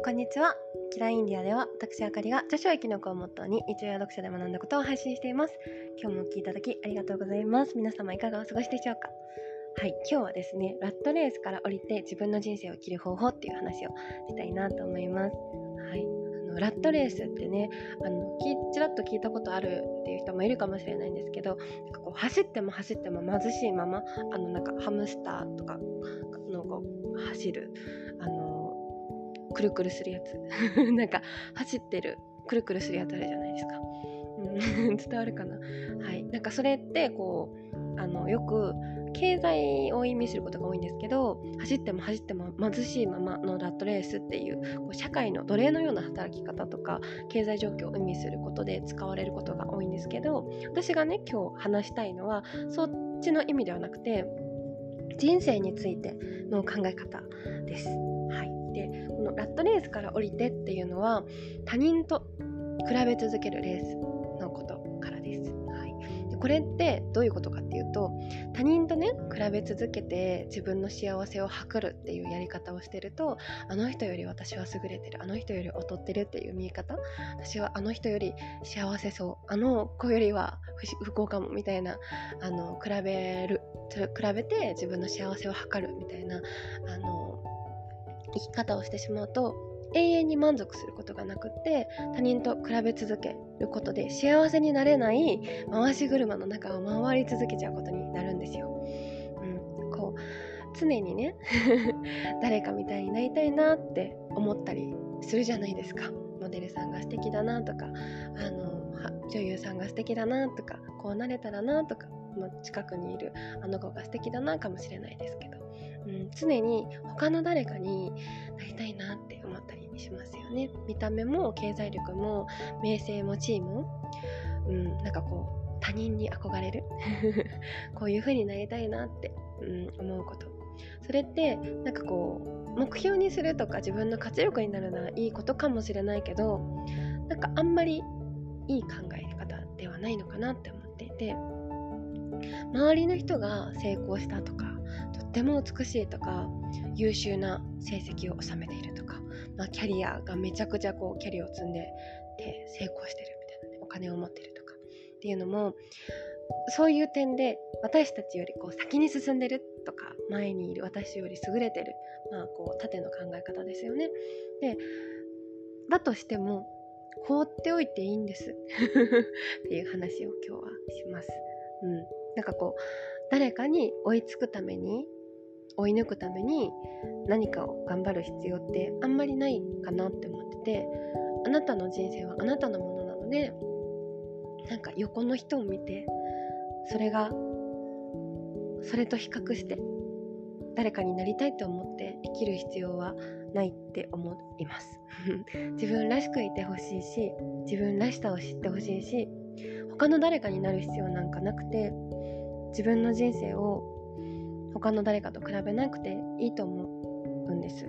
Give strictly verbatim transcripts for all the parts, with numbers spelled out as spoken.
こんにちは。キラインディアでは私あかりが女子は生き抜くをモットーに日常や読書で学んだことを配信しています。今日もお聞きいただきありがとうございます。皆様いかがお過ごしでしょうか。はい、今日はですね、ラットレースから降りて自分の人生を生きる方法っていう話をしたいなと思います。はい、あのラットレースってね、あのちらっと聞いたことあるっていう人もいるかもしれないんですけど、なんかこう走っても走っても貧しいまま、あのなんかハムスターとかのこう走るあのくるくるするやつなんか走ってるくるくるするやつあるじゃないですか、うん、伝わるかな。はい、なんかそれってこうあのよく経済を意味することが多いんですけど、走っても走っても貧しいままのラットレースっていうこう社会の奴隷のような働き方とか経済状況を意味することで使われることが多いんですけど、私がね今日話したいのはそっちの意味ではなくて人生についての考え方です。はい、でこのラットレースから降りてっていうのは他人と比べ続けるレースのことからです。はい、でこれってどういうことかっていうと、他人とね比べ続けて自分の幸せを測るっていうやり方をしてると、あの人より私は優れてる、あの人より劣ってるっていう見え方、私はあの人より幸せそう、あの子よりは不幸かもみたいな、あの比べる比べて自分の幸せを測るみたいなあの生き方をしてしまうと永遠に満足することがなくって、他人と比べ続けることで幸せになれない回し車の中を回り続けちゃうことになるんですよ。うん、こう常にね誰かみたいになりたいなって思ったりするじゃないですか。モデルさんが素敵だなとか、あの女優さんが素敵だなとか、こうなれたらなとか、近くにいるあの子が素敵だなかもしれないですけど、うん、常に他の誰かになりたいなって思ったりしますよね。見た目も経済力も名声も地位も、うん、なんかこう他人に憧れるこういう風になりたいなって、うん、思うこと、それってなんかこう目標にするとか自分の活力になるのはいいことかもしれないけど、なんかあんまりいい考え方ではないのかなって思っていて、周りの人が成功したとかとっても美しいとか優秀な成績を収めているとか、まあ、キャリアがめちゃくちゃこうキャリアを積んでて成功してるみたいな、ね、お金を持ってるとかっていうのも、そういう点で私たちよりこう先に進んでるとか前にいる私より優れてる、まあ、こう縦の考え方ですよね。でだとしても放っておいていいんですっていう話を今日はします。うん、なんかこう誰かに追いつくために追い抜くために何かを頑張る必要ってあんまりないかなって思ってて、あなたの人生はあなたのものなので、なんか横の人を見てそれがそれと比較して誰かになりたいと思って生きる必要はないって思います自分らしくいてほしいし、自分らしさを知ってほしいし、他の誰かになる必要なんかなくて、自分の人生を他の誰かと比べなくていいと思うんです。うん、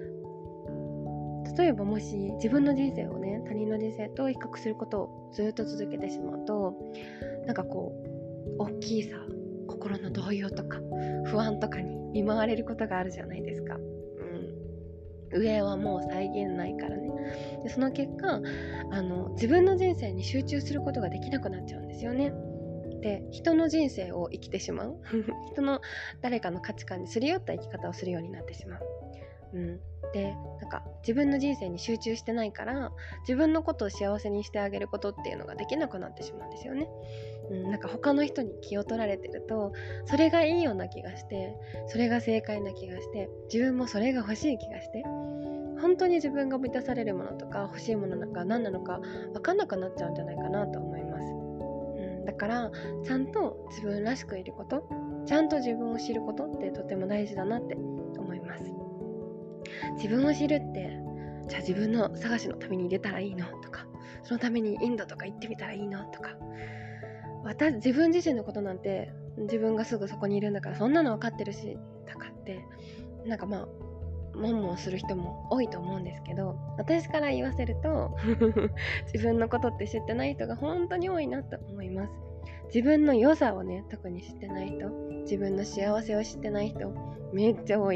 例えばもし自分の人生をね他人の人生と比較することをずっと続けてしまうと、なんかこう大きいさ、心の動揺とか不安とかに見舞われることがあるじゃないですか。うん、上はもう再現ないからね。でその結果あの自分の人生に集中することができなくなっちゃうんですよね。で人の人生を生きてしまう人の誰かの価値観にすり寄った生き方をするようになってしまう。うん、でなんか自分の人生に集中してないから自分のことを幸せにしてあげることっていうのができなくなってしまうんですよね。うん、なんか他の人に気を取られてるとそれがいいような気がして、それが正解な気がして、自分もそれが欲しい気がして、本当に自分が満たされるものとか欲しいものが何なのか分かんなくなっちゃうんじゃないかなと思います。うん、だからちゃんと自分らしくいること、ちゃんと自分を知ることってとても大事だなって思います。自分を知るって、じゃあ自分の探しの旅に出たらいいのとか、そのためにインドとか行ってみたらいいのとか、私自分自身のことなんて自分がすぐそこにいるんだからそんなの分かってるしとかってなんかまあもんもんする人も多いと思うんですけど、私から言わせると自分のことって知ってない人が本当に多いなと思います。自分の良さをね特に知ってない人、自分の幸せを知ってない人めっちゃ多いです。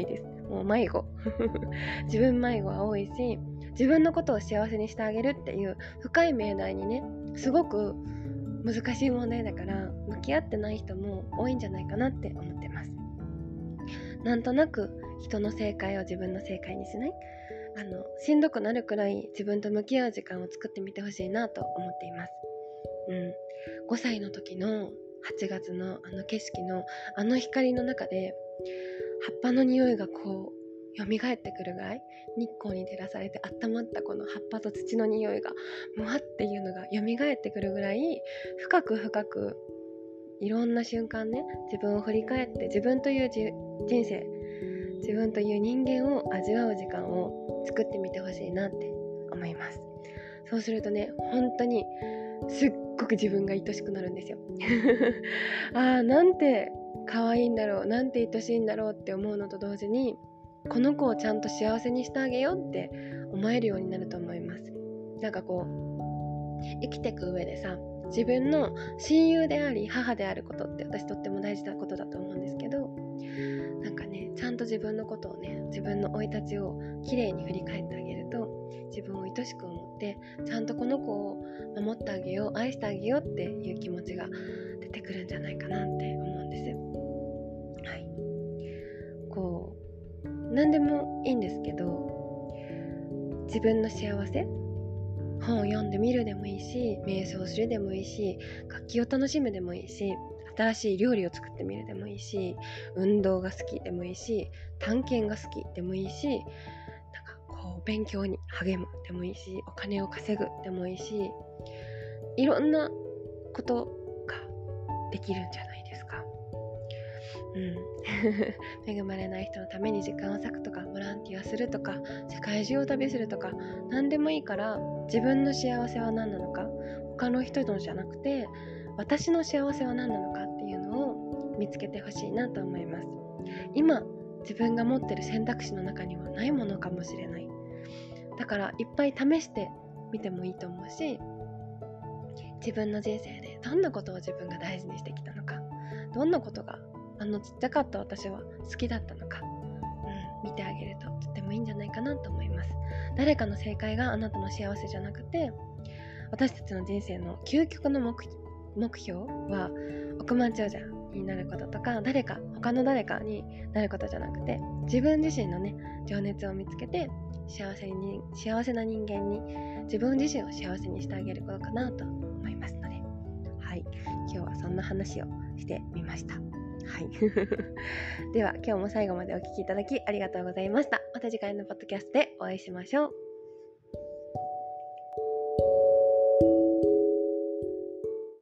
もう迷子自分迷子は多いし、自分のことを幸せにしてあげるっていう深い命題にね、すごく難しい問題だから向き合ってない人も多いんじゃないかなって思ってます。なんとなく人の正解を自分の正解にしない、あのしんどくなるくらい自分と向き合う時間を作ってみてほしいなと思っています。うん、ごさいの時のはちがつのあの景色のあの光の中で葉っぱの匂いがこう蘇ってくるぐらい、日光に照らされて温まったこの葉っぱと土の匂いがむわっていうのが蘇ってくるぐらい、深く深くいろんな瞬間ね、自分を振り返って自分というじ人生、自分という人間を味わう時間を作ってみてほしいなって思います。そうするとね、本当にすっごく自分が愛しくなるんですよあーなんて可愛いんだろう、なんて愛しいんだろうって思うのと同時に、この子をちゃんと幸せにしてあげようって思えるようになると思います。なんかこう生きていく上でさ、自分の親友であり母であることって私とっても大事なことだと思うんですけど、なんかね、ちゃんと自分のことをね、自分の生い立ちをきれいに振り返ってあげると、自分を愛しく思ってちゃんとこの子を守ってあげよう、愛してあげようっていう気持ちが出てくるんじゃないかなって思うんです。はい、こう何でもいいんですけど、自分の幸せ、本を読んでみるでもいいし、瞑想するでもいいし、楽器を楽しむでもいいし、新しい料理を作ってみるでもいいし、運動が好きでもいいし、探検が好きでもいいし、なんかこう勉強に励むでもいいし、お金を稼ぐでもいいし、いろんなことができるんじゃないですか。うん恵まれない人のために時間を割くとか、ボランティアするとか、世界中を旅するとか、何でもいいから、自分の幸せは何なのか、他の人のじゃなくて私の幸せは何なのかっていうのを見つけてほしいなと思います。今自分が持ってる選択肢の中にはないものかもしれない。だからいっぱい試してみてもいいと思うし、自分の人生でどんなことを自分が大事にしてきたのか、どんなことがあのちっちゃかった私は好きだったのか、うん、見てあげるととってもいいんじゃないかなと思います。誰かの正解があなたの幸せじゃなくて、私たちの人生の究極の 目, 目標は億万長者になることとか、誰か他の誰かになることじゃなくて、自分自身のね情熱を見つけて幸せに幸せな人間に、自分自身を幸せにしてあげることかなと思いますので、はい、今日はそんな話をしてみました。はいでは今日も最後までお聞きいただきありがとうございました。また次回のポッドキャストでお会いしましょう。